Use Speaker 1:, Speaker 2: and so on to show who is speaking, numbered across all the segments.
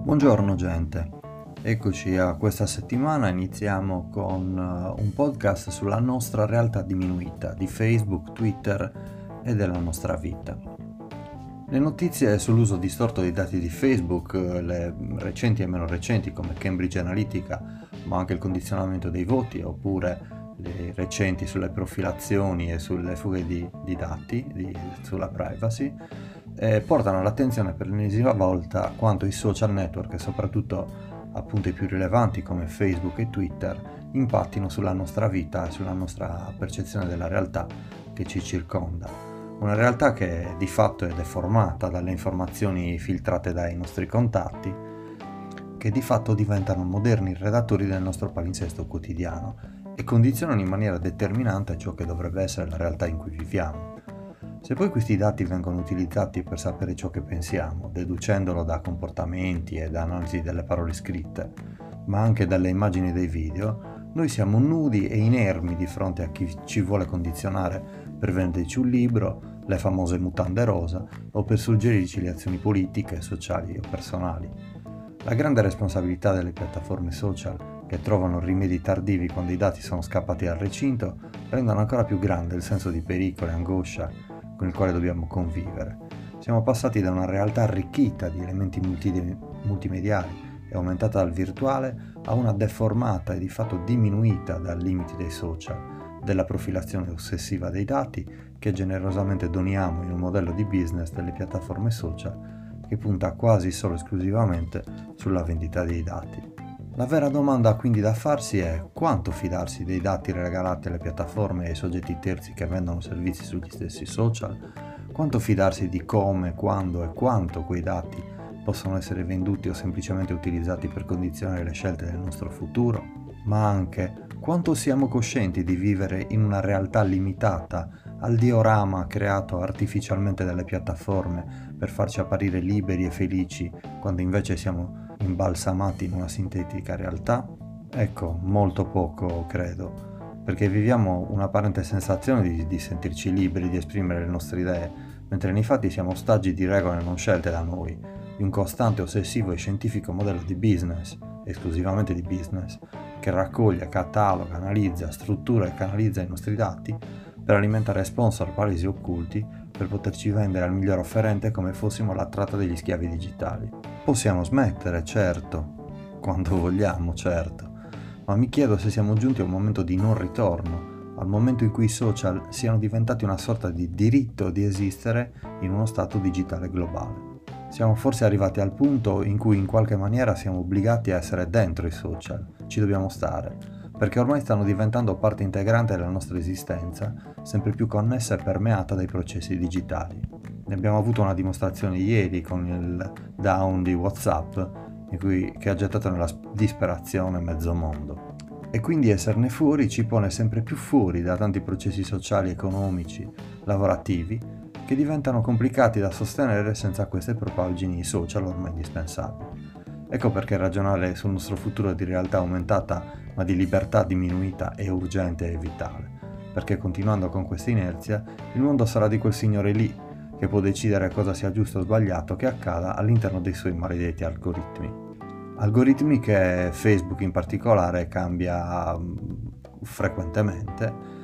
Speaker 1: Buongiorno gente, eccoci a questa settimana, iniziamo con un podcast sulla nostra realtà diminuita di Facebook, Twitter e della nostra vita. Le notizie sull'uso distorto dei dati di Facebook, le recenti e meno recenti come Cambridge Analytica, ma anche il condizionamento dei voti, oppure le recenti sulle profilazioni e sulle fughe di dati, sulla privacy, portano all'attenzione per l'ennesima volta quanto i social network e soprattutto appunto i più rilevanti come Facebook e Twitter impattino sulla nostra vita e sulla nostra percezione della realtà che ci circonda. Una realtà che di fatto è deformata dalle informazioni filtrate dai nostri contatti, che di fatto diventano moderni redattori del nostro palinsesto quotidiano e condizionano in maniera determinante ciò che dovrebbe essere la realtà in cui viviamo. Se poi questi dati vengono utilizzati per sapere ciò che pensiamo, deducendolo da comportamenti e da analisi delle parole scritte, ma anche dalle immagini dei video, noi siamo nudi e inermi di fronte a chi ci vuole condizionare per venderci un libro, le famose mutande rosa, o per suggerirci le azioni politiche, sociali o personali. La grande responsabilità delle piattaforme social, che trovano rimedi tardivi quando i dati sono scappati dal recinto, rendono ancora più grande il senso di pericolo e angoscia con il quale dobbiamo convivere. Siamo passati da una realtà arricchita di elementi multimediali e aumentata dal virtuale a una deformata e di fatto diminuita dai limiti dei social, della profilazione ossessiva dei dati che generosamente doniamo in un modello di business delle piattaforme social che punta quasi solo esclusivamente sulla vendita dei dati. La vera domanda quindi da farsi è: quanto fidarsi dei dati regalati alle piattaforme e ai soggetti terzi che vendono servizi sugli stessi social? Quanto fidarsi di come, quando e quanto quei dati possono essere venduti o semplicemente utilizzati per condizionare le scelte del nostro futuro? Ma anche quanto siamo coscienti di vivere in una realtà limitata al diorama creato artificialmente dalle piattaforme per farci apparire liberi e felici quando invece siamo imbalsamati in una sintetica realtà? Ecco, molto poco credo, perché viviamo un'apparente sensazione di sentirci liberi di esprimere le nostre idee, mentre nei fatti siamo ostaggi di regole non scelte da noi, di un costante, ossessivo e scientifico modello di business, esclusivamente di business, che raccoglie, cataloga, analizza, struttura e canalizza i nostri dati per alimentare sponsor palesi occulti per poterci vendere al miglior offerente come fossimo la tratta degli schiavi digitali. Possiamo smettere, certo, quando vogliamo, certo, ma mi chiedo se siamo giunti a un momento di non ritorno, al momento in cui i social siano diventati una sorta di diritto di esistere in uno stato digitale globale. Siamo forse arrivati al punto in cui in qualche maniera siamo obbligati a essere dentro i social, ci dobbiamo stare, perché ormai stanno diventando parte integrante della nostra esistenza, sempre più connessa e permeata dai processi digitali. Ne abbiamo avuto una dimostrazione ieri con il down di WhatsApp, che ha gettato nella disperazione mezzo mondo. E quindi esserne fuori ci pone sempre più fuori da tanti processi sociali, economici, lavorativi, che diventano complicati da sostenere senza queste propaggini social ormai indispensabili. Ecco perché ragionare sul nostro futuro di realtà aumentata ma di libertà diminuita è urgente e vitale, perché continuando con questa inerzia il mondo sarà di quel signore lì che può decidere cosa sia giusto o sbagliato che accada all'interno dei suoi maledetti algoritmi. Algoritmi che Facebook in particolare cambia frequentemente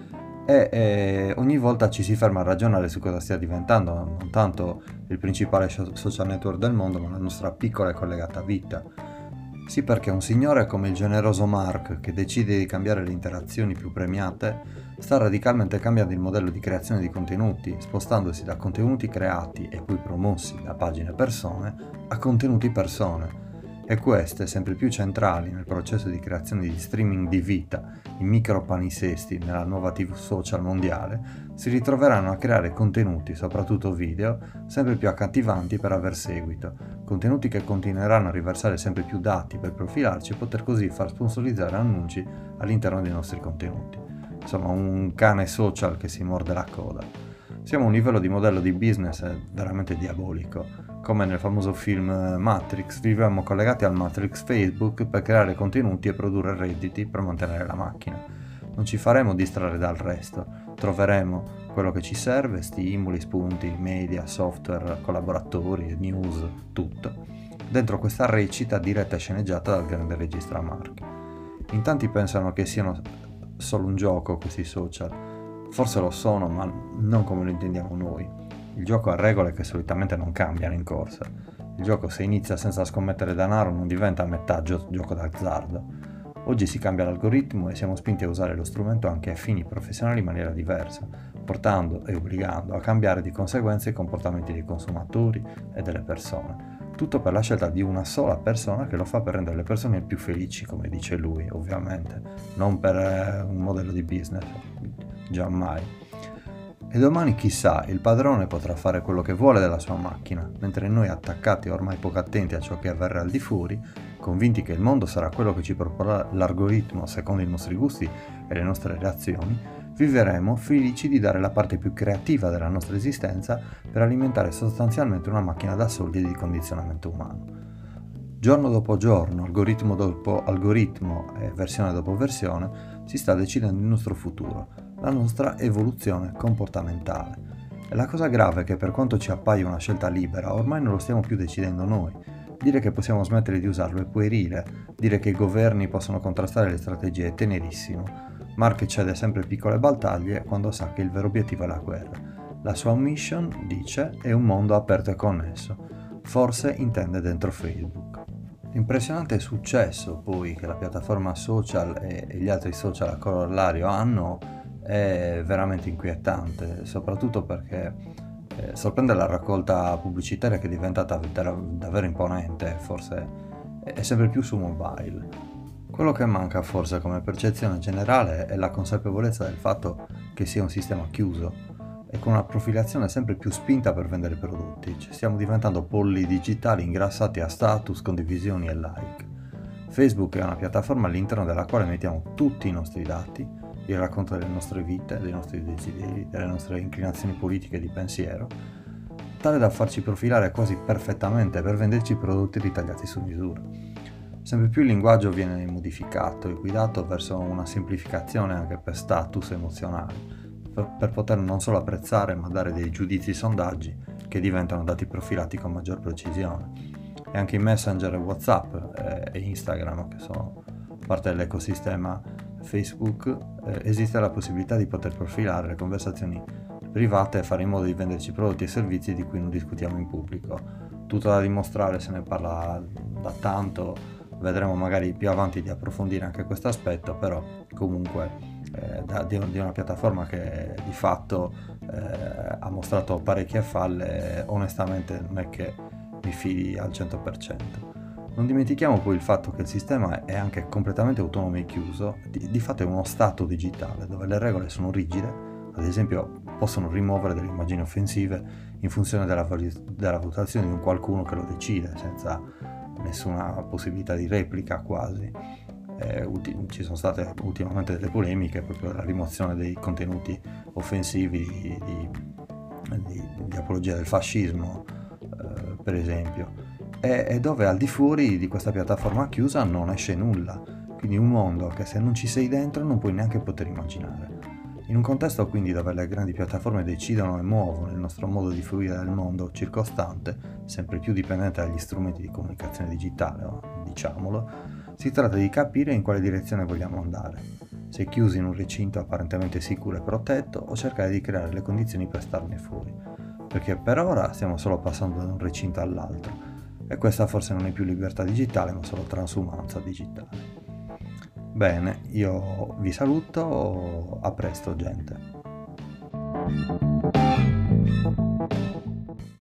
Speaker 1: e ogni volta ci si ferma a ragionare su cosa stia diventando non tanto il principale social network del mondo, ma la nostra piccola e collegata vita. Sì, perché un signore come il generoso Mark, che decide di cambiare le interazioni più premiate, sta radicalmente cambiando il modello di creazione di contenuti, spostandosi da contenuti creati e poi promossi da pagine persone a contenuti persone. E queste, sempre più centrali nel processo di creazione di streaming di vita in micro palinsesti nella nuova TV social mondiale, si ritroveranno a creare contenuti, soprattutto video, sempre più accattivanti per aver seguito, contenuti che continueranno a riversare sempre più dati per profilarci e poter così far sponsorizzare annunci all'interno dei nostri contenuti. Insomma, un cane social che si morde la coda. Siamo a un livello di modello di business veramente diabolico. Come nel famoso film Matrix, viviamo collegati al Matrix Facebook per creare contenuti e produrre redditi per mantenere la macchina. Non ci faremo distrarre dal resto, troveremo quello che ci serve, stimoli, spunti, media, software, collaboratori, news, tutto. dentro questa recita diretta e sceneggiata dal grande regista Mark. In tanti pensano che siano solo un gioco questi social. Forse lo sono, ma non come lo intendiamo noi. Il gioco ha regole che solitamente non cambiano in corsa. Il gioco, se inizia senza scommettere denaro, non diventa a metà gioco d'azzardo. Oggi si cambia l'algoritmo e siamo spinti a usare lo strumento anche a fini professionali in maniera diversa, portando e obbligando a cambiare di conseguenza i comportamenti dei consumatori e delle persone. Tutto per la scelta di una sola persona che lo fa per rendere le persone più felici, come dice lui, ovviamente, non per un modello di business, giammai. E domani, chissà, il padrone potrà fare quello che vuole della sua macchina, mentre noi, attaccati e ormai poco attenti a ciò che avverrà al di fuori, convinti che il mondo sarà quello che ci proporrà l'algoritmo secondo i nostri gusti e le nostre reazioni, vivremo felici di dare la parte più creativa della nostra esistenza per alimentare sostanzialmente una macchina da soldi di condizionamento umano. Giorno dopo giorno, algoritmo dopo algoritmo e versione dopo versione, si sta decidendo il nostro futuro, la nostra evoluzione comportamentale. E la cosa grave è che, per quanto ci appaia una scelta libera, ormai non lo stiamo più decidendo noi. Dire che possiamo smettere di usarlo è puerile, dire che i governi possono contrastare le strategie è tenerissimo. Mark cede sempre piccole battaglie quando sa che il vero obiettivo è la guerra. La sua mission, dice, è un mondo aperto e connesso. Forse intende dentro Facebook. L'impressionante successo poi che la piattaforma social e gli altri social a corollario hanno è veramente inquietante, soprattutto perché sorprende la raccolta pubblicitaria che è diventata davvero imponente, forse è sempre più su mobile. Quello che manca forse come percezione generale è la consapevolezza del fatto che sia un sistema chiuso e con una profilazione sempre più spinta per vendere prodotti. Stiamo diventando polli digitali ingrassati a status, condivisioni e like. Facebook è una piattaforma all'interno della quale mettiamo tutti i nostri dati, il racconto delle nostre vite, dei nostri desideri, delle nostre inclinazioni politiche e di pensiero, tale da farci profilare quasi perfettamente per venderci prodotti ritagliati su misura. Sempre più il linguaggio viene modificato e guidato verso una semplificazione anche per status emozionali, per poter non solo apprezzare ma dare dei giudizi sondaggi che diventano dati profilati con maggior precisione. E anche i Messenger e WhatsApp e Instagram, che sono parte dell'ecosistema Facebook, esiste la possibilità di poter profilare le conversazioni private e fare in modo di venderci prodotti e servizi di cui non discutiamo in pubblico. Tutto da dimostrare, se ne parla da tanto, vedremo magari più avanti di approfondire anche questo aspetto, però comunque di una piattaforma che di fatto ha mostrato parecchie falle, onestamente non è che mi fidi al 100%. Non dimentichiamo poi il fatto che il sistema è anche completamente autonomo e chiuso, di fatto è uno stato digitale dove le regole sono rigide, ad esempio possono rimuovere delle immagini offensive in funzione della valutazione di un qualcuno che lo decide, senza nessuna possibilità di replica quasi. Ci sono state ultimamente delle polemiche proprio della rimozione dei contenuti offensivi di apologia del fascismo, per esempio, e dove al di fuori di questa piattaforma chiusa non esce nulla, quindi un mondo che se non ci sei dentro non puoi neanche poter immaginare. In un contesto quindi dove le grandi piattaforme decidono e muovono il nostro modo di fruire del mondo circostante, sempre più dipendente dagli strumenti di comunicazione digitale, diciamolo, si tratta di capire in quale direzione vogliamo andare, se chiusi in un recinto apparentemente sicuro e protetto o cercare di creare le condizioni per starne fuori, perché per ora stiamo solo passando da un recinto all'altro e questa forse non è più libertà digitale ma solo transumanza digitale. Bene, io vi saluto, a presto gente.